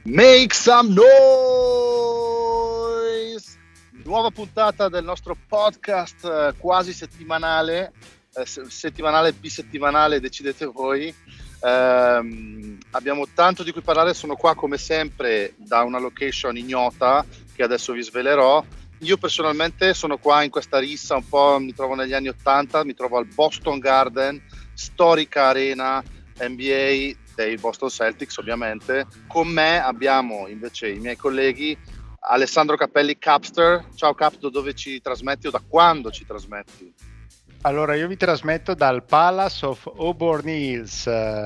Make some noise! Nuova puntata del nostro podcast quasi settimanale, settimanale, bisettimanale, decidete voi. Abbiamo tanto di cui parlare, sono qua come sempre da una location ignota che adesso vi svelerò. Io personalmente sono qua in questa rissa un po', mi trovo negli anni 80, mi trovo al Boston Garden, storica arena NBA dei Boston Celtics ovviamente. Con me abbiamo invece i miei colleghi Alessandro Cappelli, Capster. Ciao Cap, da dove ci trasmetti o da quando ci trasmetti? Allora, io vi trasmetto dal Palace of Auburn Hills.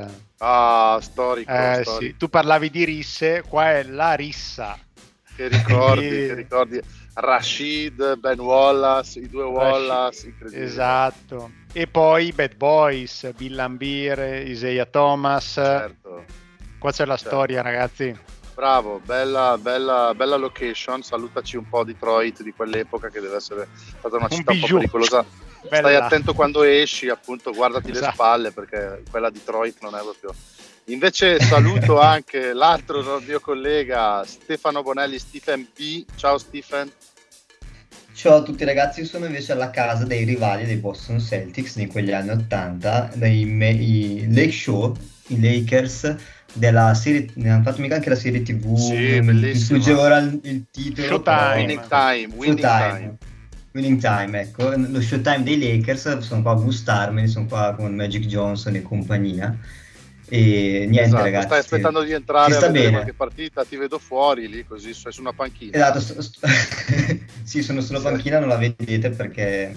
Ah, storico. Sì. Tu parlavi di risse, qua è la rissa. Che ricordi. Rashid, Ben Wallace, i due Wallace, incredibile. Esatto. E poi Bad Boys, Bill Laimbeer, Isaiah Thomas. Certo. Qua c'è la storia, ragazzi. Bravo, bella location. Salutaci un po' Detroit di quell'epoca, che deve essere stata una città un po' pericolosa. Bella. Stai attento quando esci, appunto, guardati Esatto. le spalle, perché quella Detroit non è proprio. Invece saluto anche l'altro mio collega Stefano Bonelli, Stephen B. Ciao Stephen. Ciao a tutti ragazzi, io sono invece alla casa dei rivali dei Boston Celtics di quegli anni 80, i Lake Show, i Lakers della serie, ne hanno fatto mica anche la serie TV, sì, mi sfugge ora il titolo. Showtime. Winning Time, ecco, lo Showtime dei Lakers, sono qua a gustarmeli, sono qua con Magic Johnson e compagnia. E niente, esatto, ragazzi, stai aspettando di entrare a vedere bene. Qualche partita, ti vedo fuori lì così, sei su una panchina. Esatto, sì, sono sulla panchina, non la vedete perché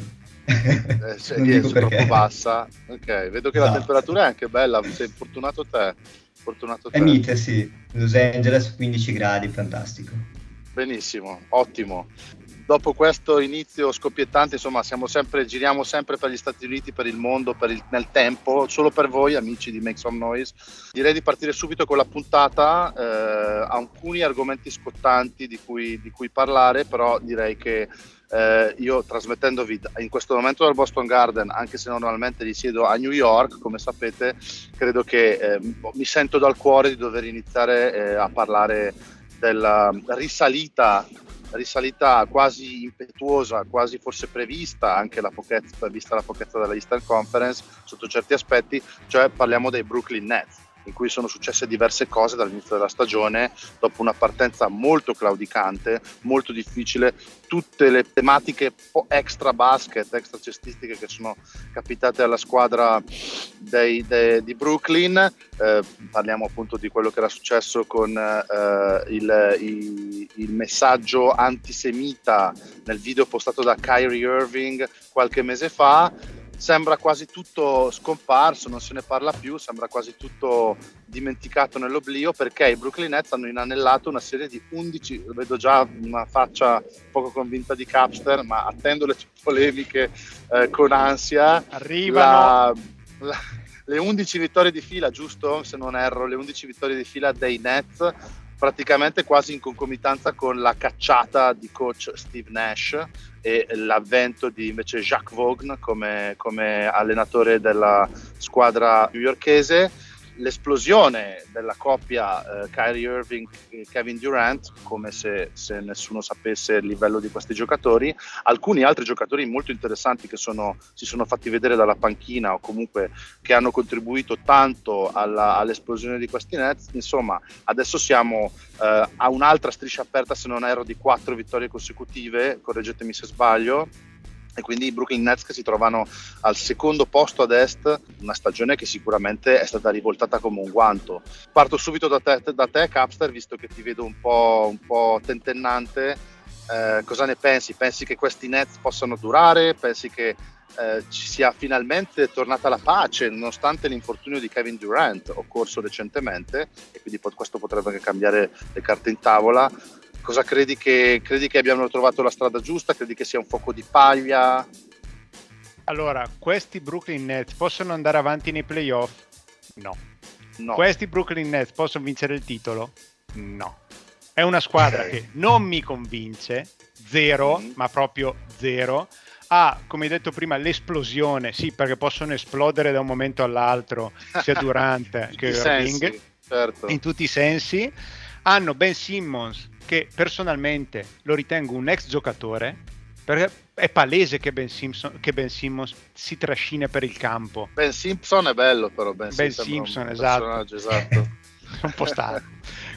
non dico perché. Troppo bassa. Ok, vedo che esatto. La temperatura è anche bella, sei fortunato te. È mite, sì, Los Angeles 15 gradi, fantastico. Benissimo, ottimo. Dopo questo inizio scoppiettante, insomma, giriamo sempre per gli Stati Uniti, per il mondo, nel tempo, solo per voi, amici di Make Some Noise. Direi di partire subito con la puntata, alcuni argomenti scottanti di cui parlare, però direi che io, trasmettendovi in questo momento dal Boston Garden, anche se normalmente risiedo a New York, come sapete, credo che mi sento dal cuore di dover iniziare a parlare della risalita quasi impetuosa, quasi forse prevista, anche vista la pochezza della Eastern Conference sotto certi aspetti, cioè parliamo dei Brooklyn Nets, in cui sono successe diverse cose dall'inizio della stagione, dopo una partenza molto claudicante, molto difficile, tutte le tematiche extra basket, extra cestistiche che sono capitate alla squadra di Brooklyn. Parliamo appunto di quello che era successo con il messaggio antisemita nel video postato da Kyrie Irving qualche mese fa. Sembra quasi tutto scomparso, non se ne parla più, sembra quasi tutto dimenticato nell'oblio, perché i Brooklyn Nets hanno inanellato una serie di 11, vedo già una faccia poco convinta di Capster, ma attendo le polemiche con ansia. Arrivano le 11 vittorie di fila, giusto? Se non erro, le 11 vittorie di fila dei Nets, praticamente quasi in concomitanza con la cacciata di coach Steve Nash e l'avvento di invece Jacques Vaughn come allenatore della squadra newyorkese. L'esplosione della coppia Kyrie Irving e Kevin Durant, come se nessuno sapesse il livello di questi giocatori. Alcuni altri giocatori molto interessanti che si sono fatti vedere dalla panchina, o comunque che hanno contribuito tanto all'esplosione di questi Nets. Insomma, adesso siamo a un'altra striscia aperta, se non erro, di 4 vittorie consecutive, correggetemi se sbaglio. E quindi i Brooklyn Nets che si trovano al secondo posto ad est, una stagione che sicuramente è stata rivoltata come un guanto. Parto subito da te Capster, visto che ti vedo un po' tentennante. Cosa ne pensi? Pensi che questi Nets possano durare? Pensi che ci sia finalmente tornata la pace nonostante l'infortunio di Kevin Durant occorso recentemente, e quindi questo potrebbe anche cambiare le carte in tavola? Cosa credi che abbiano trovato la strada giusta? Credi che sia un fuoco di paglia? Allora, questi Brooklyn Nets possono andare avanti nei playoff? No. Questi Brooklyn Nets possono vincere il titolo? No. È una squadra che non mi convince, zero, ma proprio zero. Ha, come hai detto prima, l'esplosione, sì, perché possono esplodere da un momento all'altro, sia Durant che Irving, certo. in tutti i sensi. hanno Ben Simmons, che personalmente lo ritengo un ex giocatore, perché è palese che Ben Simmons si trascina per il campo. Ben Simpson è bello, però Ben Simpson, esatto. esatto. Un po' stanco.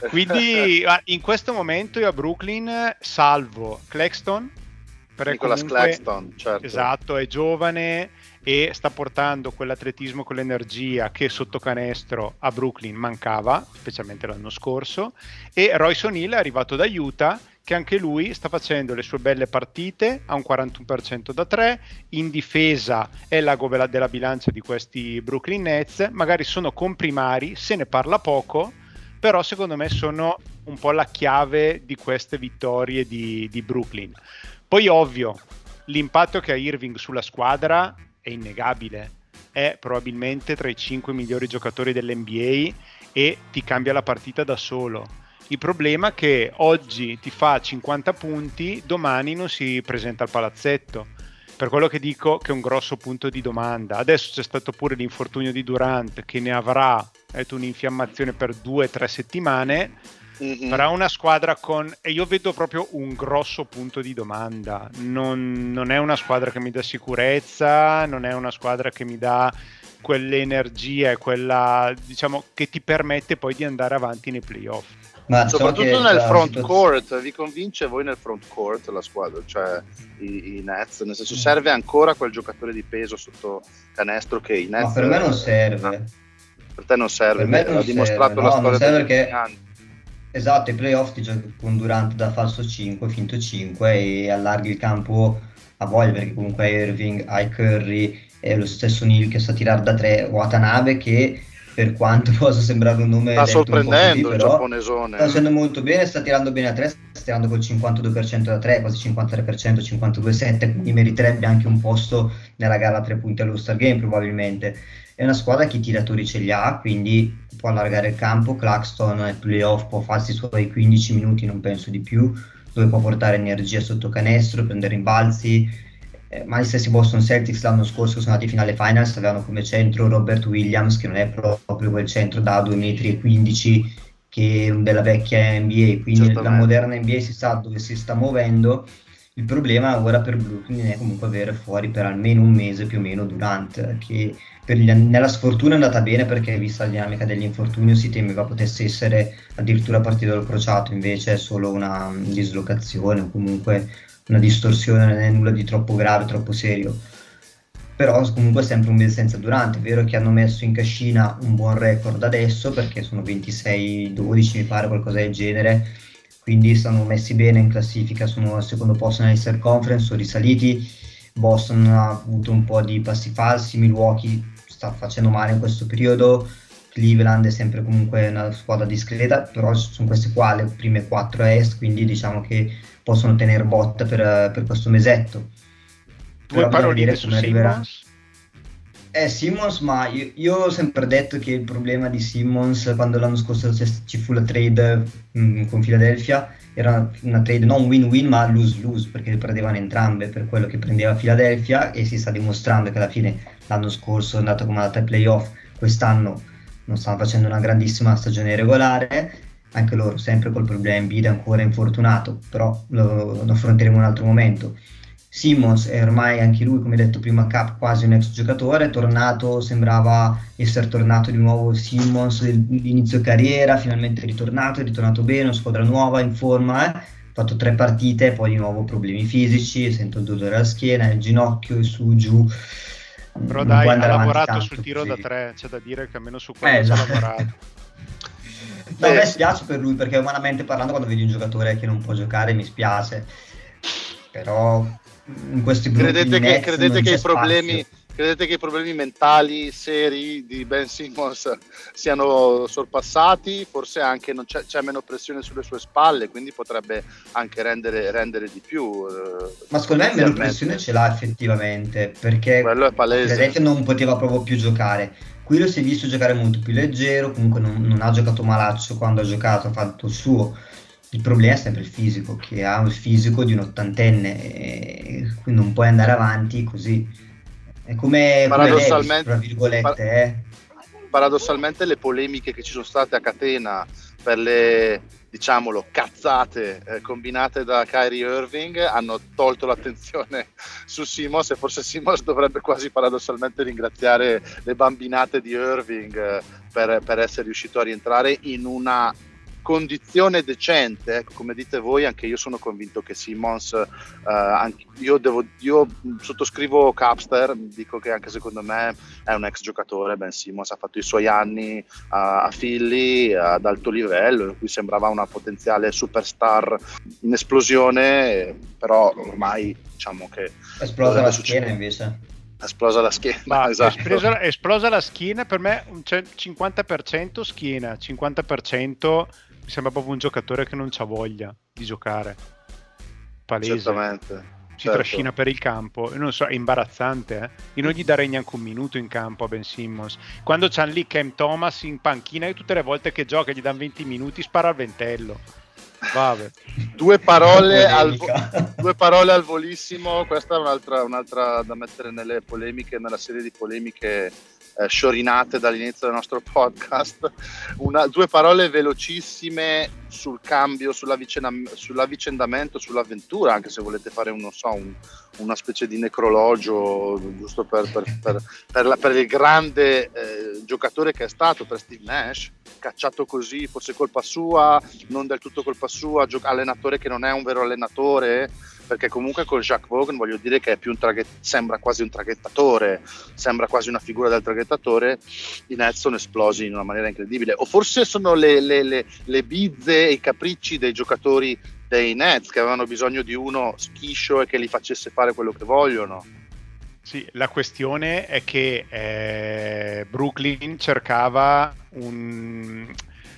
Quindi in questo momento io a Brooklyn salvo Claxton, perché Nicholas Claxton, certo. Esatto, è giovane e sta portando quell'atletismo, quell'energia che sotto canestro a Brooklyn mancava, specialmente l'anno scorso, e Royce O'Neal è arrivato da Utah, che anche lui sta facendo le sue belle partite, ha un 41% da 3, in difesa è l'ago della bilancia di questi Brooklyn Nets, magari sono comprimari, se ne parla poco, però secondo me sono un po' la chiave di queste vittorie di Brooklyn. Poi ovvio, l'impatto che ha Irving sulla squadra è innegabile, è probabilmente tra i 5 migliori giocatori dell'NBA e ti cambia la partita da solo. Il problema è che oggi ti fa 50 punti, domani non si presenta al palazzetto. Per quello che dico che è un grosso punto di domanda. Adesso c'è stato pure l'infortunio di Durant, che ne avrà un'infiammazione per 2-3 settimane. Sarà una squadra e io vedo proprio un grosso punto di domanda. Non è una squadra che mi dà sicurezza, non è una squadra che mi dà quell'energia e quella, diciamo, che ti permette poi di andare avanti nei playoff. Ma soprattutto nel front court, vi convince voi nel front court la squadra, cioè i Nets, nel senso serve ancora quel giocatore di peso sotto canestro che i Nets... Ma per me non serve. Per te non serve, l'ha dimostrato la storia degli ultimi anni. Esatto, i playoff ti giochi con Durant da falso 5, finto 5 e allarghi il campo a voglia, perché comunque hai Irving, hai Curry e lo stesso Neal che sa tirare da 3, Watanabe che per quanto possa sembrare un nome sta sorprendendo così, il giapponesone, sta facendo molto bene, sta tirando bene a 3, sta tirando col 52% da 3, quasi 53%, 52,7, quindi meriterebbe anche un posto nella gara a 3 punti all'All Star Game probabilmente. È una squadra che i tiratori ce li ha, quindi può allargare il campo. Claxton nel playoff può farsi i suoi 15 minuti, non penso di più, dove può portare energia sotto canestro, prendere rimbalzi. Ma gli stessi Boston Celtics l'anno scorso, che sono andati finale finals, avevano come centro Robert Williams, che non è proprio quel centro da 2,15 m che della vecchia NBA, quindi la moderna NBA si sa dove si sta muovendo. Il problema ora per Brooklyn è comunque avere fuori per almeno un mese più o meno Durant, che nella sfortuna è andata bene, perché vista la dinamica dell'infortunio si temeva potesse essere addirittura partito dal crociato, invece è solo una dislocazione o comunque una distorsione, non è nulla di troppo grave, troppo serio. Però comunque è sempre un mese senza Durant. È vero che hanno messo in cascina un buon record adesso, perché sono 26-12 mi pare, qualcosa del genere, quindi stanno messi bene in classifica, sono al secondo posto nell'Eastern Conference, sono risaliti. Boston ha avuto un po' di passi falsi, Milwaukee sta facendo male in questo periodo, Cleveland è sempre comunque una squadra discreta, però sono queste qua le prime 4 a est, quindi diciamo che possono tenere botta per questo mesetto. Due paroline su Simmons? Simmons, ma io ho sempre detto che il problema di Simmons, quando l'anno scorso ci fu la trade con Philadelphia, era una trade non win-win ma lose-lose, perché perdevano entrambe per quello che prendeva Philadelphia, e si sta dimostrando che alla fine l'anno scorso è andato come andata ai playoff, quest'anno non stanno facendo una grandissima stagione regolare, anche loro sempre col problema Embiid ancora infortunato, però lo affronteremo in un altro momento. Simmons è ormai anche lui, come detto prima, quasi un ex giocatore, sembrava essere tornato di nuovo Simmons dell'inizio carriera, finalmente è ritornato bene, una squadra nuova, in forma, ha fatto 3 partite, poi di nuovo problemi fisici, sento il dolore alla schiena, il ginocchio, e su, giù. Però dai, ha lavorato sul tiro da 3, c'è da dire che almeno su quello ha lavorato. No, a me spiace per lui, perché umanamente parlando, quando vedi un giocatore che non può giocare mi spiace, però in questi credete che i problemi mentali seri di Ben Simmons siano sorpassati? Forse anche non c'è meno pressione sulle sue spalle, quindi potrebbe anche rendere di più. Ma secondo me meno pressione ce l'ha effettivamente, perché quello è palese. Non poteva proprio più giocare. Qui lo si è visto giocare molto più leggero, comunque non ha giocato malaccio quando ha giocato, ha fatto il suo. Il problema è sempre il fisico, che ha il fisico di un ottantenne, e quindi non puoi andare avanti così. È come paradossalmente, tra virgolette. Paradossalmente le polemiche che ci sono state a catena per le diciamolo, cazzate combinate da Kyrie Irving hanno tolto l'attenzione su Simmons, e forse Simmons dovrebbe quasi paradossalmente ringraziare le bambinate di Irving per essere riuscito a rientrare in una condizione decente. Ecco, come dite voi, anche io sono convinto che Simmons, io sottoscrivo Capster, dico che anche secondo me è un ex giocatore. Ben Simmons ha fatto i suoi anni a Philly ad alto livello, in cui sembrava una potenziale superstar in esplosione, però ormai diciamo che esplosa la schiena invece. Esplosa la schiena, esatto. Esplosa la schiena, per me c'è 50% schiena, 50% mi sembra proprio un giocatore che non c'ha voglia di giocare. Palese. Certamente. Si trascina per il campo, non so, è imbarazzante, Io non gli darei neanche un minuto in campo a Ben Simmons. Quando c'hanno lì Cam Thomas in panchina, e tutte le volte che gioca gli danno 20 minuti, spara al ventello. Vabbè. Due parole al volissimo. Questa è un'altra da mettere nelle polemiche, nella serie di polemiche sciorinate dall'inizio del nostro podcast. Due parole velocissime sul cambio, sull'avvicendamento, sull'avventura, anche se volete fare una specie di necrologio giusto per il grande giocatore che è stato, per Steve Nash, cacciato così, forse colpa sua, non del tutto colpa sua, allenatore che non è un vero allenatore, perché comunque con Jacques Vaughn, voglio dire che è più sembra quasi un traghettatore, sembra quasi una figura del traghettatore. I Nets sono esplosi in una maniera incredibile, o forse sono le bizze e i capricci dei giocatori dei Nets, che avevano bisogno di uno schiscio e che li facesse fare quello che vogliono. Sì, la questione è che Brooklyn cercava non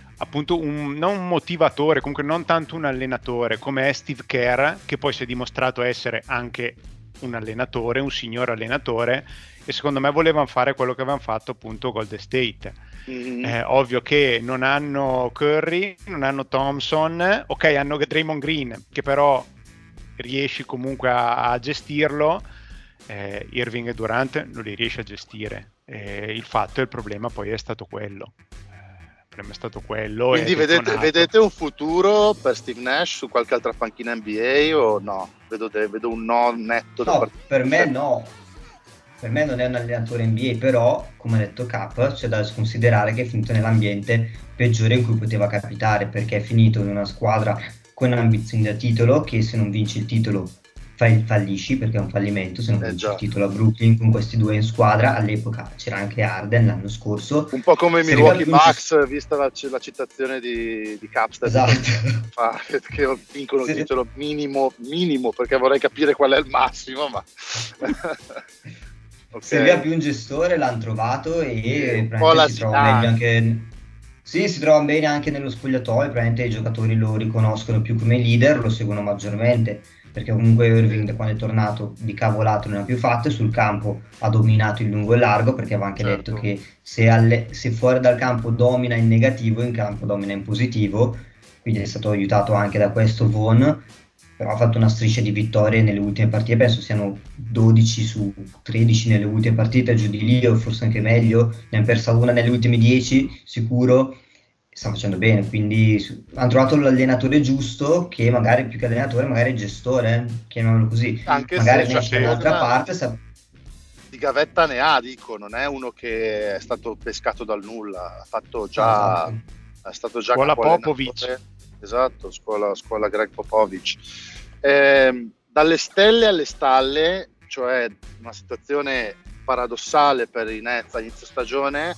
un motivatore, comunque non tanto un allenatore come è Steve Kerr, che poi si è dimostrato essere anche un allenatore, un signor allenatore, e secondo me volevano fare quello che avevano fatto appunto Golden State. Ovvio che non hanno Curry, non hanno Thompson, ok, hanno Draymond Green, che però riesci comunque a gestirlo. Irving e Durant non li riesce a gestire. Il problema poi è stato quello. Quindi vedete un futuro per Steve Nash su qualche altra panchina NBA o no? Vedo un no netto. No, per me no. Per me non è un allenatore NBA, però, come ha detto Cap, c'è da considerare che è finito nell'ambiente peggiore in cui poteva capitare, perché è finito in una squadra con ambizioni da titolo, che se non vinci il titolo fallisci, perché è un fallimento se non vinci il titolo a Brooklyn con questi due in squadra. All'epoca c'era anche Harden l'anno scorso, un po' come i Milwaukee Bucks, vista la citazione di Capster, esatto, che vincono il titolo minimo, perché vorrei capire qual è il massimo, ma okay. Serviva più un gestore, l'hanno trovato, e si trova meglio anche. Sì, si trova bene anche nello spogliatoio, probabilmente i giocatori lo riconoscono più come leader, lo seguono maggiormente, perché comunque Irving, da quando è tornato, di cavolate non ha più fatto, e sul campo ha dominato in lungo e largo, perché aveva anche detto che se fuori dal campo domina in negativo, in campo domina in positivo, quindi è stato aiutato anche da questo Vaughn. Però ha fatto una striscia di vittorie nelle ultime partite, penso siano 12 su 13 nelle ultime partite, giù di lì, o forse anche meglio, ne ha persa una nelle ultime 10 sicuro, sta facendo bene, quindi hanno trovato l'allenatore giusto, che magari più che allenatore, magari gestore, chiamiamolo così, anche magari ne esce dall'altra parte. Di gavetta ne ha, dico, non è uno che è stato pescato dal nulla, è stato già scuola Popovic. Esatto, scuola Greg Popovich. Dalle stelle alle stalle, cioè una situazione paradossale per i Nets a inizio stagione,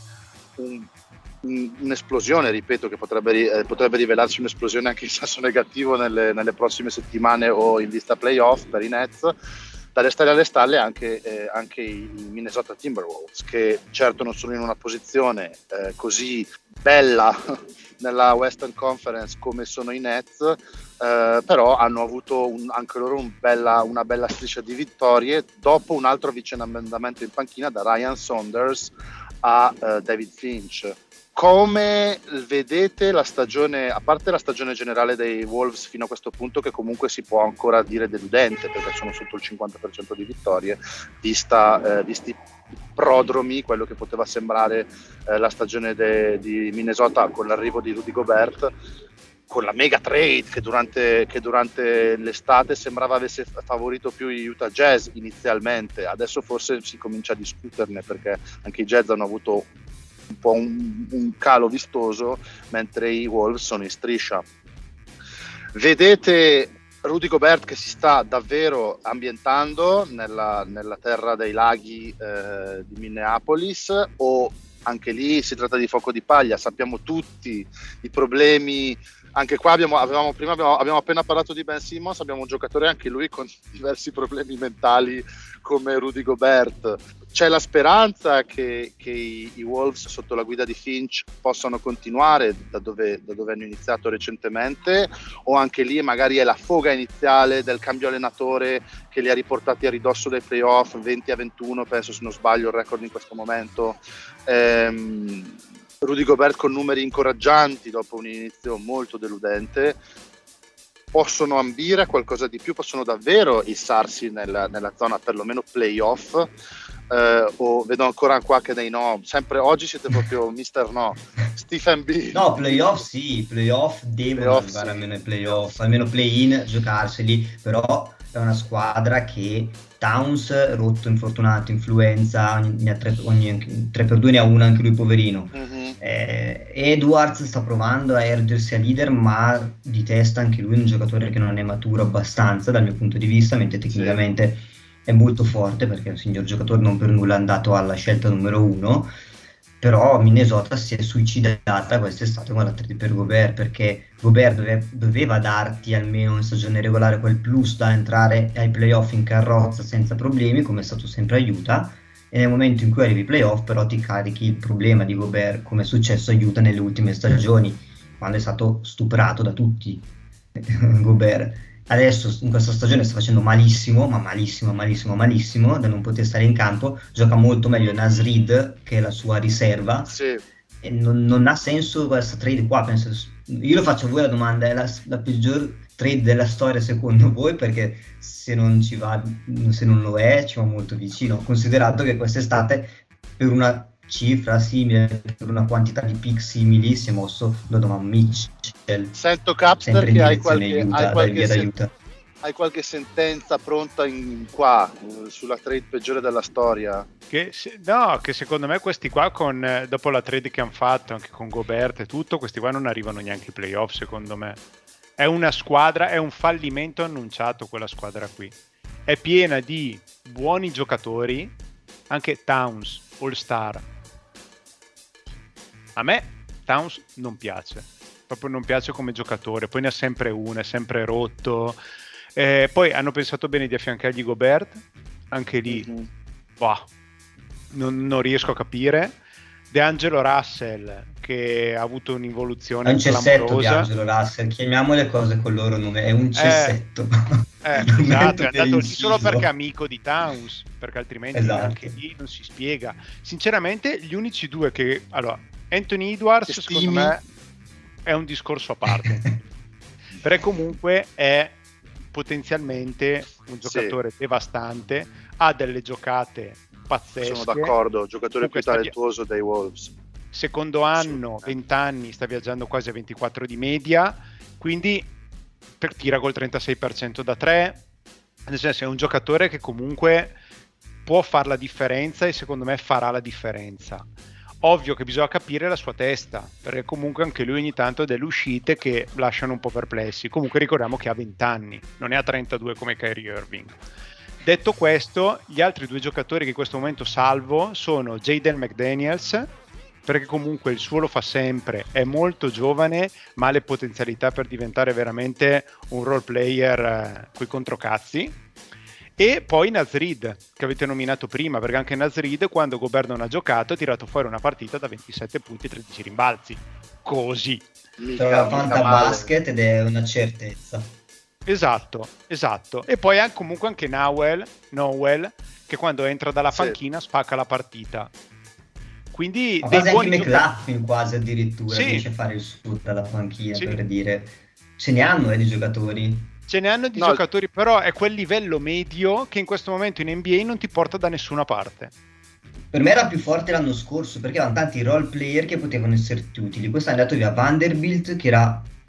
un'esplosione, ripeto, che potrebbe rivelarsi un'esplosione anche in senso negativo nelle prossime settimane o in vista playoff per i Nets. Dalle stelle alle stalle anche i Minnesota Timberwolves, che certo non sono in una posizione così bella nella Western Conference come sono i Nets, però hanno avuto anche loro una bella striscia di vittorie dopo un altro avvicinamento in panchina da Ryan Saunders a David Finch. Come vedete la stagione, a parte la stagione generale dei Wolves fino a questo punto, che comunque si può ancora dire deludente perché sono sotto il 50% di vittorie, visti prodromi, quello che poteva sembrare la stagione di Minnesota con l'arrivo di Rudy Gobert, con la mega trade che durante l'estate sembrava avesse favorito più i Utah Jazz inizialmente. Adesso forse si comincia a discuterne, perché anche i Jazz hanno avuto un po' un calo vistoso, mentre i Wolves sono in striscia. Vedete Rudy Gobert che si sta davvero ambientando nella terra dei laghi di Minneapolis, o anche lì si tratta di fuoco di paglia? Sappiamo tutti i problemi. Anche qua abbiamo appena parlato di Ben Simmons, abbiamo un giocatore anche lui con diversi problemi mentali come Rudy Gobert. C'è la speranza che i Wolves sotto la guida di Finch possano continuare da dove hanno iniziato recentemente, o anche lì magari è la foga iniziale del cambio allenatore che li ha riportati a ridosso dei playoff, 20-21 penso, se non sbaglio il record in questo momento. Rudy Gobert con numeri incoraggianti dopo un inizio molto deludente. Possono ambire a qualcosa di più? Possono davvero issarsi nella zona perlomeno playoff? O vedo ancora qua che dei no? Sempre oggi siete proprio Mister No. Stephen B. No, playoff sì, playoff devono arrivare almeno ai playoff, almeno play-in, giocarseli, però è una squadra che Towns, rotto, infortunato, influenza, ogni 3x2 ne ha una anche lui poverino. Edwards sta provando a ergersi a leader, ma di testa anche lui è un giocatore che non è maturo abbastanza dal mio punto di vista, mentre tecnicamente è molto forte, perché è un signor giocatore, non per nulla è andato alla scelta numero 1. Però Minnesota si è suicidata quest'estate con la trade per Gobert, perché Gobert doveva darti almeno in stagione regolare quel plus da entrare ai playoff in carrozza senza problemi, come è stato sempre a Utah, e nel momento in cui arrivi ai playoff però ti carichi il problema di Gobert, come è successo a Utah nelle ultime stagioni, quando è stato stuprato da tutti Gobert. Adesso in questa stagione sta facendo malissimo, ma malissimo, da non poter stare in campo. Gioca molto meglio Naz Reid, che è la sua riserva, e non ha senso questa trade qua. Io lo faccio a voi la domanda: è la peggior trade della storia secondo voi? Perché se non lo è, ci va molto vicino, considerato che quest'estate per una cifra simile, per una quantità di pick simili, si è mosso Donovan Mitchell. Sento Capster che hai qualche sentenza pronta sulla trade peggiore della storia? Che secondo me questi qua, dopo la trade che hanno fatto anche con Gobert e tutto, questi qua non arrivano neanche ai playoff, secondo me. È una squadra, è un fallimento annunciato quella squadra qui. È piena di buoni giocatori, anche Towns, All-Star. A me Towns non piace, proprio non piace come giocatore, poi ne ha sempre uno, è sempre rotto. Poi hanno pensato bene di affiancargli Gobert, anche lì non riesco a capire. DeAngelo Russell, che ha avuto un'involuzione è un cessetto DeAngelo Russell, chiamiamo le cose con il loro nome, è un cessetto. Esatto, è andato lì solo perché è amico di Towns, perché altrimenti anche lì non si spiega. Sinceramente gli unici due che... Allora, Anthony Edwards secondo me è un discorso a parte, perché comunque è potenzialmente un giocatore devastante, ha delle giocate pazzesche. Sono d'accordo, giocatore più talentuoso dei Wolves. Secondo anno, 20 anni, sta viaggiando quasi a 24 di media, quindi tira col 36% da 3, nel senso è un giocatore che comunque può fare la differenza e secondo me farà la differenza. Ovvio che bisogna capire la sua testa, perché comunque anche lui ogni tanto ha delle uscite che lasciano un po' perplessi. Comunque ricordiamo che ha 20 anni, non ne ha 32 come Kyrie Irving. Detto questo, gli altri due giocatori che in questo momento salvo sono Jaden McDaniels, perché comunque il suo lo fa sempre, è molto giovane, ma ha le potenzialità per diventare veramente un role player coi controcazzi. E poi Naz Reid, che avete nominato prima, perché anche Naz Reid, quando Gobert non ha giocato, ha tirato fuori una partita da 27 punti e 13 rimbalzi. Così. La fantabasket ed è una certezza. Esatto. E poi comunque anche Nowell, che quando entra dalla panchina spacca la partita. Quindi ma quasi anche McLaughlin quasi addirittura riesce a fare il suo dalla panchina, per dire. Ce ne hanno di giocatori. Ce ne hanno di giocatori, però è quel livello medio che in questo momento in NBA non ti porta da nessuna parte. Per me era più forte l'anno scorso, perché avevano tanti role player che potevano esserti utili. Quest'anno è andato via Vanderbilt, che era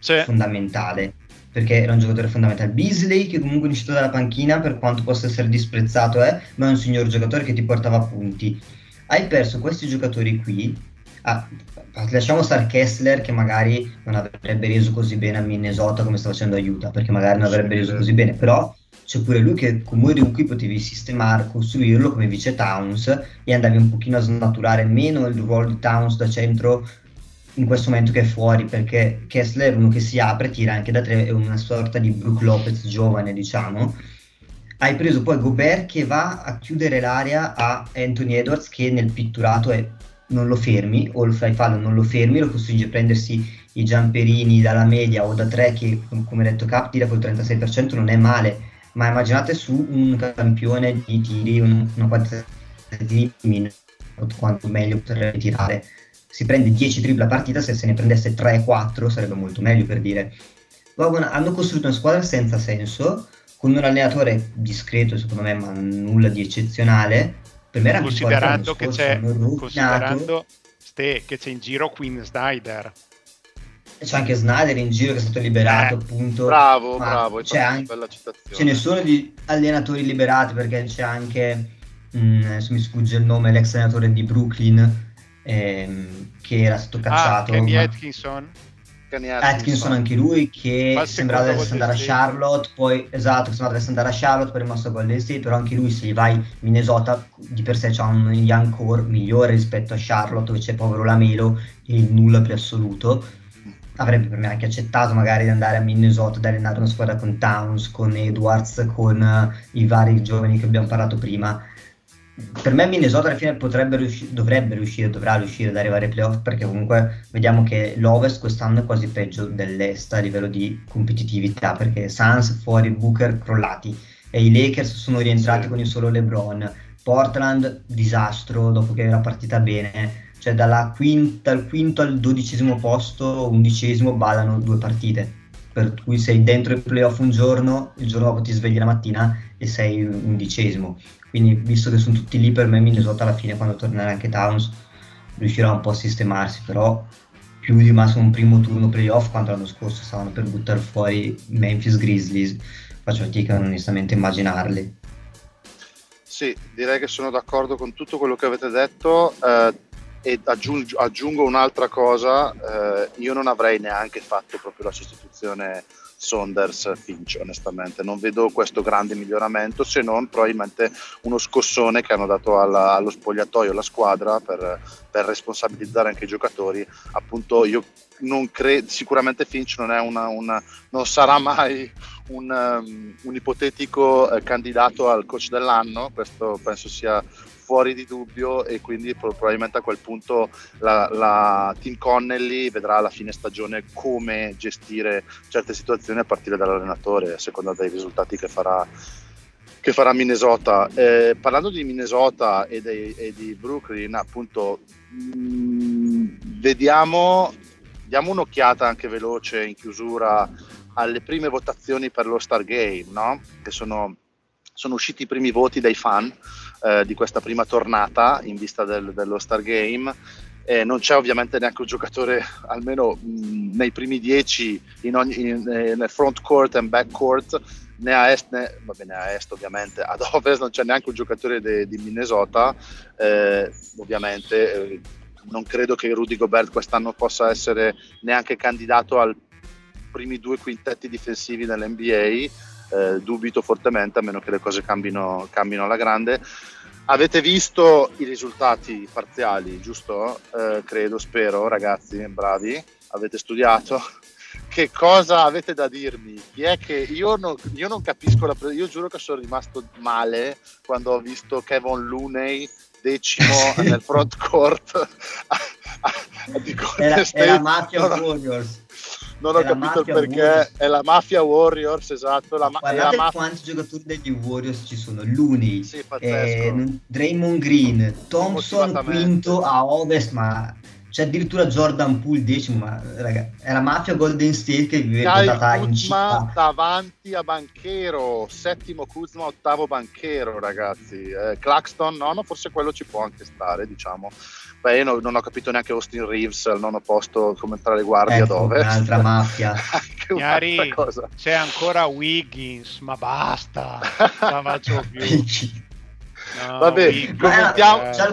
fondamentale, perché era un giocatore fondamentale. Beasley, che comunque è uscito dalla panchina, per quanto possa essere disprezzato, ma è un signor giocatore che ti portava punti. Hai perso questi giocatori qui. Lasciamo stare Kessler, che magari non avrebbe reso così bene a Minnesota come sta facendo a Utah, perché magari non avrebbe reso così bene, però c'è pure lui che con Murray qui potevi sistemare, costruirlo come vice Towns, e andavi un pochino a snaturare meno il ruolo di Towns da centro in questo momento che è fuori, perché Kessler è uno che si apre, tira anche da tre, è una sorta di Brook Lopez giovane, diciamo. Hai preso poi Gobert che va a chiudere l'area a Anthony Edwards, che nel pitturato non lo fermi, o lo fai fallo, non lo fermi, lo costringe a prendersi i jumperini dalla media o da tre, che come detto Cap tira col 36%, non è male, ma immaginate su un campione di tiri una quantità di tiri quanto meglio potrebbe tirare. Si prende 10 triple a partita, se ne prendesse 3-4 sarebbe molto meglio, per dire. Hanno costruito una squadra senza senso, con un allenatore discreto secondo me, ma nulla di eccezionale. Per me era considerando che c'è che c'è in giro Quinn Snyder. C'è anche Snyder in giro che è stato liberato, appunto. Bravo, c'è anche, bella citazione. Ce ne sono di allenatori liberati, perché c'è anche adesso mi sfugge il nome, l'ex allenatore di Brooklyn, che era stato cacciato. Kenny Atkinson Anche lui, che sembrava dovesse andare a Charlotte, poi è rimosso a Golden State, però anche lui, se gli vai Minnesota di per sé c'ha un young core migliore rispetto a Charlotte, dove c'è povero Lamelo e il nulla più assoluto. Avrebbe per me anche accettato magari di andare a Minnesota ad allenare una squadra con Towns, con Edwards, con i vari giovani che abbiamo parlato prima. Per me Minnesota alla fine dovrà riuscire ad arrivare ai playoff, perché comunque vediamo che l'Ovest quest'anno è quasi peggio dell'Est a livello di competitività, perché Suns fuori, Booker crollati, e i Lakers sono rientrati con il solo LeBron. Portland disastro dopo che era partita bene, cioè dal quinto al 12° posto, 11° ballano 2 partite, per cui sei dentro i playoff un giorno, il giorno dopo ti svegli la mattina e sei 11°. Quindi, visto che sono tutti lì, per me Minnesota alla fine, quando tornerà anche Towns, riuscirà un po' a sistemarsi, però più di massimo un primo turno playoff, quando l'anno scorso stavano per buttare fuori Memphis Grizzlies, faccio fatica onestamente a immaginarli. Sì, direi che sono d'accordo con tutto quello che avete detto, e aggiungo un'altra cosa, io non avrei neanche fatto proprio la sostituzione Saunders-Finch, onestamente non vedo questo grande miglioramento, se non probabilmente uno scossone che hanno dato allo spogliatoio, alla squadra, per responsabilizzare anche i giocatori. Appunto, io non credo, sicuramente Finch non è non sarà mai un ipotetico candidato al coach dell'anno, questo penso sia fuori di dubbio, e quindi probabilmente a quel punto la Team Connelly vedrà alla fine stagione come gestire certe situazioni a partire dall'allenatore, a seconda dei risultati che farà Minnesota. Parlando di Minnesota e di Brooklyn, appunto, diamo un'occhiata anche veloce in chiusura alle prime votazioni per lo Star Game, no? Che sono usciti i primi voti dai fan di questa prima tornata in vista dello Star Game. Non c'è ovviamente neanche un giocatore, almeno nei primi 10 nel front court e back court, né a est ovviamente, ad ovest non c'è neanche un giocatore di Minnesota. Ovviamente non credo che Rudy Gobert quest'anno possa essere neanche candidato ai primi 2 quintetti difensivi nell'NBA. Dubito fortemente, a meno che le cose cambino alla grande. Avete visto i risultati parziali, giusto? Spero, ragazzi, bravi, avete studiato. Che cosa avete da dirmi? Chi è che io non capisco io giuro che sono rimasto male quando ho visto Kevon Looney 10° nel front court di Golden State. È la Mafia Warriors. Non ho capito il perché. Warriors. È la Mafia Warriors, esatto. Guardate quanti giocatori degli Warriors ci sono: Looney, sì, Draymond Green, Thompson quinto a ovest, ma c'è addirittura Jordan Poole 10º, ma raga, è la mafia Golden State che vive votata in città. Davanti a Banchero, 7º Kuzma, 8º Banchero, ragazzi. Claxton, no, forse quello ci può anche stare, diciamo. Beh, io non ho capito neanche Austin Reeves al 9º posto come tra le guardie ad Ovest. Un'altra mafia. Chiari, c'è ancora Wiggins, ma basta, non faccio più. No, vabbè, c'è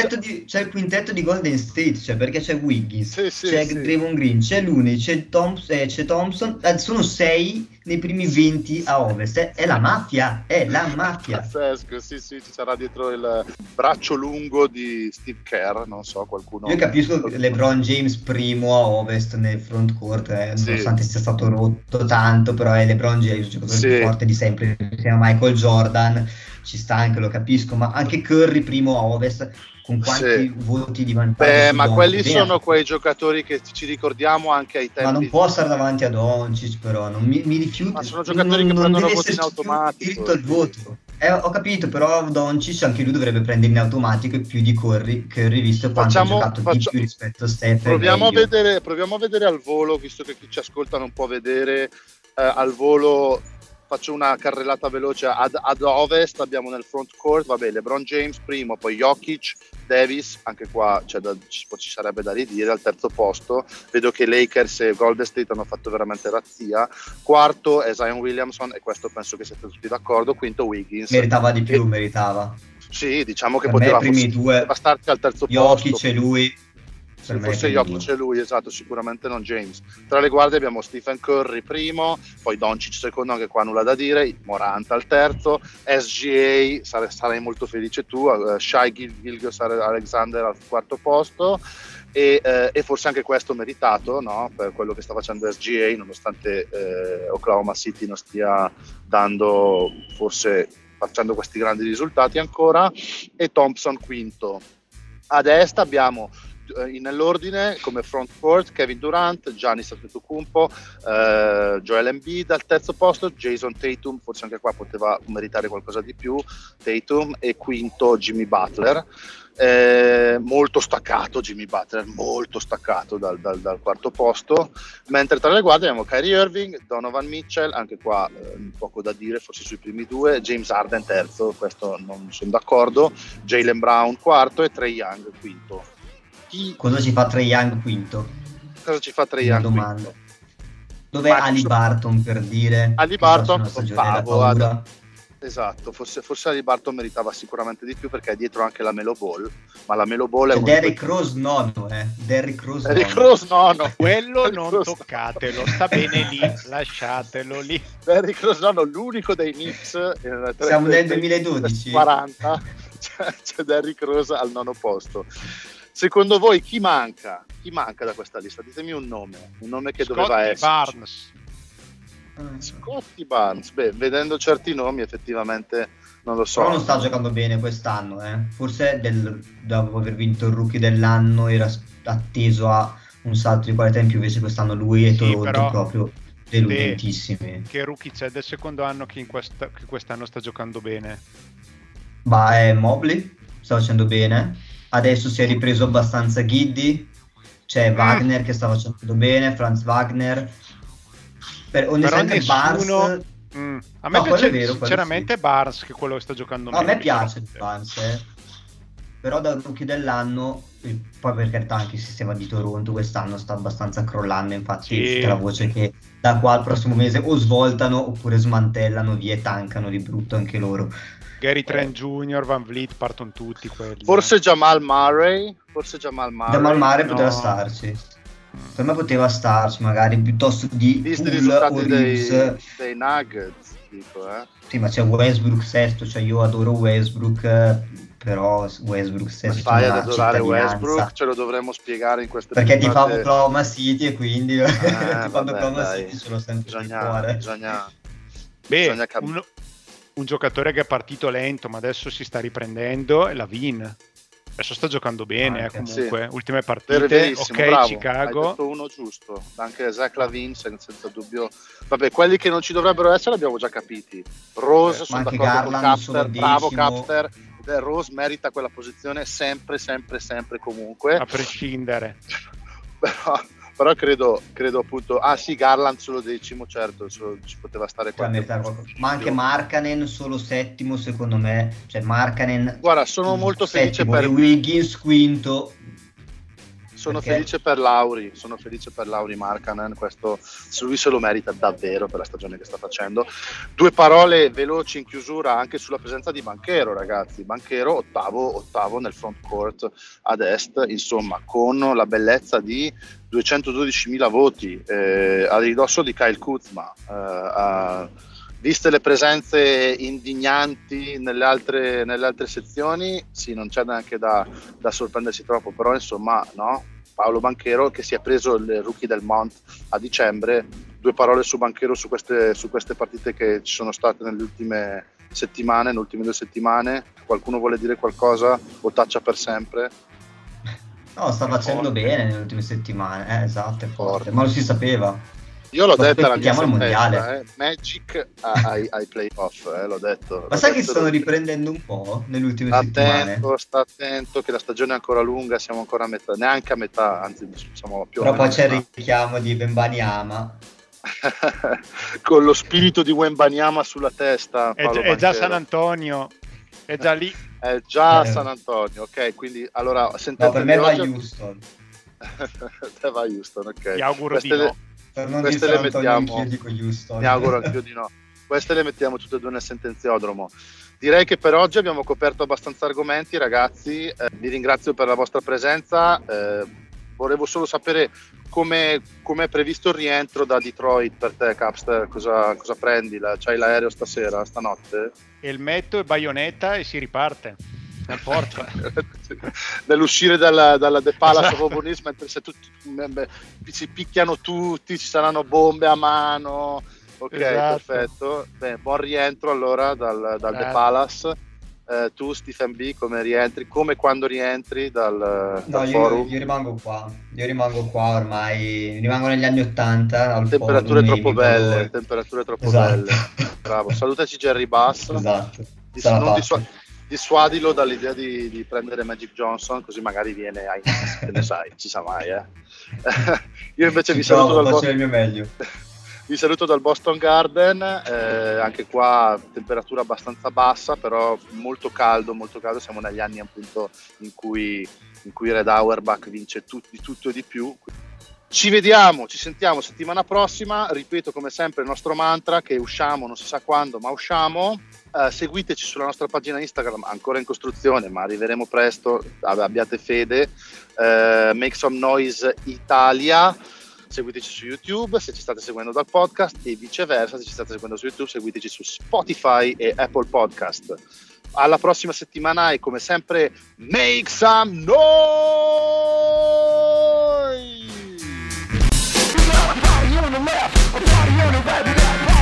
il quintetto di Golden State, cioè, perché c'è Wiggins, c'è Draymond Green, c'è Looney, c'è Thompson, sono 6 nei primi 20 a Ovest, è la mafia. Pazzesco, sì, ci sarà dietro il braccio lungo di Steve Kerr, non so, qualcuno. Io capisco LeBron James primo a Ovest nel front court, nonostante sia stato rotto tanto, però è LeBron James, il giocatore più forte di sempre, si chiama Michael Jordan. Ci sta anche, lo capisco, ma anche Curry primo a Ovest con quanti voti di vantaggio. Ma quelli sono quei giocatori che ci ricordiamo anche ai tempi. Ma non può stare davanti a Doncic, però non mi rifiuto. Ma sono giocatori che prendono voti in automatico. Diritto al voto. Ho capito, però Doncic anche lui dovrebbe prendere in automatico più di Curry, visto quanto ha giocato di più rispetto a Steph. Proviamo a vedere al volo, visto che chi ci ascolta non può vedere al volo. Faccio una carrellata veloce ad Ovest. Abbiamo nel front court, LeBron James primo, poi Jokic, Davis, anche qua ci sarebbe da ridire. Al terzo posto vedo che Lakers e Golden State hanno fatto veramente razzia. Quarto è Zion Williamson, e questo penso che siete tutti d'accordo. Quinto Wiggins, meritava di più, meritava. Sì, diciamo che poteva starci al terzo Jokic posto. E lui. Forse Jokic e lui, esatto, sicuramente non James. Tra le guardie abbiamo Stephen Curry primo, poi Doncic secondo, anche qua nulla da dire, Morant al terzo, SGA, sarai molto felice tu, Shai Gilgeous-Alexander al quarto posto, e forse anche questo meritato, no? Per quello che sta facendo SGA, nonostante Oklahoma City non stia facendo questi grandi risultati ancora, e Thompson quinto. Ad est abbiamo nell'ordine come front court Kevin Durant, Giannis Antetokounmpo, Joel Embiid al terzo posto, Jason Tatum, forse anche qua poteva meritare qualcosa di più, Tatum, e quinto Jimmy Butler. Molto staccato Jimmy Butler, molto staccato dal quarto posto, mentre tra le guardie abbiamo Kyrie Irving, Donovan Mitchell, anche qua poco da dire, forse sui primi due, James Harden terzo, questo non sono d'accordo, Jaylen Brown quarto e Trae Young quinto. Cosa ci fa Trae Young quinto? Cosa ci fa Trae Young domanda. Quinto? Dov'è Ali Barton, per dire? Ali Barton ottavo, esatto, forse Ali Barton meritava sicuramente di più, perché è dietro anche la Melo Ball, ma la Melo Ball è Derrick Rose nono, Derrick Rose nono. Quello non toccatelo, sta bene lì, lasciatelo lì. Derrick Rose nono, l'unico dei Knicks. Siamo nel 2012. 40 c'è Derrick Rose al nono posto. Secondo voi chi manca? Chi manca da questa lista? Ditemi un nome che doveva essere. Scottie Barnes. Beh, vedendo certi nomi effettivamente non lo so. Però non sta giocando bene quest'anno, Forse dopo aver vinto il rookie dell'anno era atteso a un salto di qualità in più, invece quest'anno lui è Toronto proprio deludentissimi. Che rookie c'è del secondo anno che quest'anno sta giocando bene? Mobley sta facendo bene. Adesso si è ripreso abbastanza Giddey, c'è Wagner che sta facendo bene, Franz Wagner. Onestamente Barnes. A me piace sinceramente Barnes, che quello che sta giocando meglio. A me piace Barnes, però dal rookie dell'anno, poi per carità anche il sistema di Toronto quest'anno sta abbastanza crollando, infatti c'è la voce che da qua al prossimo mese o svoltano oppure smantellano via e tankano di brutto anche loro. Gary Trent Jr., Van Vliet, partono tutti quelli. Forse Jamal Murray poteva starci. Per me poteva starci magari piuttosto di Poole o Reeves. Dei Nuggets, dico, Sì, ma c'è Westbrook sesto, cioè io adoro Westbrook, però Westbrook sesto. Fai ad adorare Westbrook, ce lo dovremmo spiegare in queste perché ti fa Oklahoma City e quindi quando Oklahoma City ce l'ho sempre sul cuore. Bisogna un giocatore che è partito lento ma adesso si sta riprendendo è Lavin. Adesso sta giocando bene, comunque. Sì. Ultime partite, ok, bravo. Chicago. Hai detto uno giusto, anche Zach Lavin senza dubbio. Vabbè, quelli che non ci dovrebbero essere li abbiamo già capiti. Rose, sono d'accordo con Capster, bravo Capster. Rose merita quella posizione sempre comunque, a prescindere. però credo appunto, sì, Garland solo 10º, certo, ci poteva stare qua, ma anche Markkanen solo 7º secondo me, cioè Markkanen, guarda, sono molto felice per Wiggins 5º. Sono felice per Lauri Markkanen, questo lui se lo merita davvero per la stagione che sta facendo. 2 parole veloci in chiusura anche sulla presenza di Banchero, ragazzi. Banchero ottavo nel front court ad est, insomma, con la bellezza di 212.000 voti a ridosso di Kyle Kuzma. Viste le presenze indignanti nelle altre sezioni, sì, non c'è neanche da sorprendersi troppo, però insomma, no? Paolo Banchero, che si è preso il rookie del month a dicembre. 2 parole su Banchero, su queste partite che ci sono state nelle ultime 2 settimane. Qualcuno vuole dire qualcosa o taccia per sempre? No, sta facendo bene nelle ultime settimane, esatto, è forte, ma lo si sapeva. Io l'ho detta alla mia sentenza, Magic ai playoff, l'ho detto. Ma sai che stanno riprendendo un po' nelle ultime settimane? Sta attento che la stagione è ancora lunga, siamo ancora a metà, neanche a metà, anzi siamo più però poi c'è il richiamo di Wembanyama. Con lo spirito di Wembanyama sulla testa. È già San Antonio, è già lì. È già San Antonio, ok, quindi allora no, per me va a Houston. Te va a Houston, ok. Ti auguro di no. Per non dire San Antonio, anch'io dico Houston. Mi auguro anch'io di no. Queste le mettiamo tutte e due nel sentenziodromo. Direi che per oggi abbiamo coperto abbastanza argomenti, ragazzi. Vi ringrazio per la vostra presenza. Volevo solo sapere come è previsto il rientro da Detroit per te, Capster. Cosa prendi? C'hai l'aereo stanotte? Elmetto e baionetta e si riparte. Nell'uscire dalla The Palace of Obonis, mentre si picchiano tutti, ci saranno bombe a mano. Ok, esatto. Perfetto. Beh, buon rientro allora dal The Palace. Tu, Stephen B, come rientri? Come quando rientri dal forum? Io rimango qua. Ormai rimango negli anni 80. Temperature troppo belle. Bravo. Salutaci Jerry Bass. Esatto. Dissuadilo dall'idea di prendere Magic Johnson, così magari viene ai Nets, che ne sai, ci sa mai. Io invece vi saluto dal Boston Garden, anche qua temperatura abbastanza bassa, però molto caldo, siamo negli anni appunto in cui Red Auerbach vince di tutto e di più. Ci sentiamo settimana prossima, ripeto come sempre il nostro mantra che usciamo, non si sa quando, ma usciamo. Seguiteci sulla nostra pagina Instagram, ancora in costruzione, ma arriveremo presto, abbiate fede. Make Some Noise Italia. Seguiteci su YouTube se ci state seguendo dal podcast e viceversa, se ci state seguendo su YouTube seguiteci su Spotify e Apple Podcast. Alla prossima settimana e come sempre make some noise!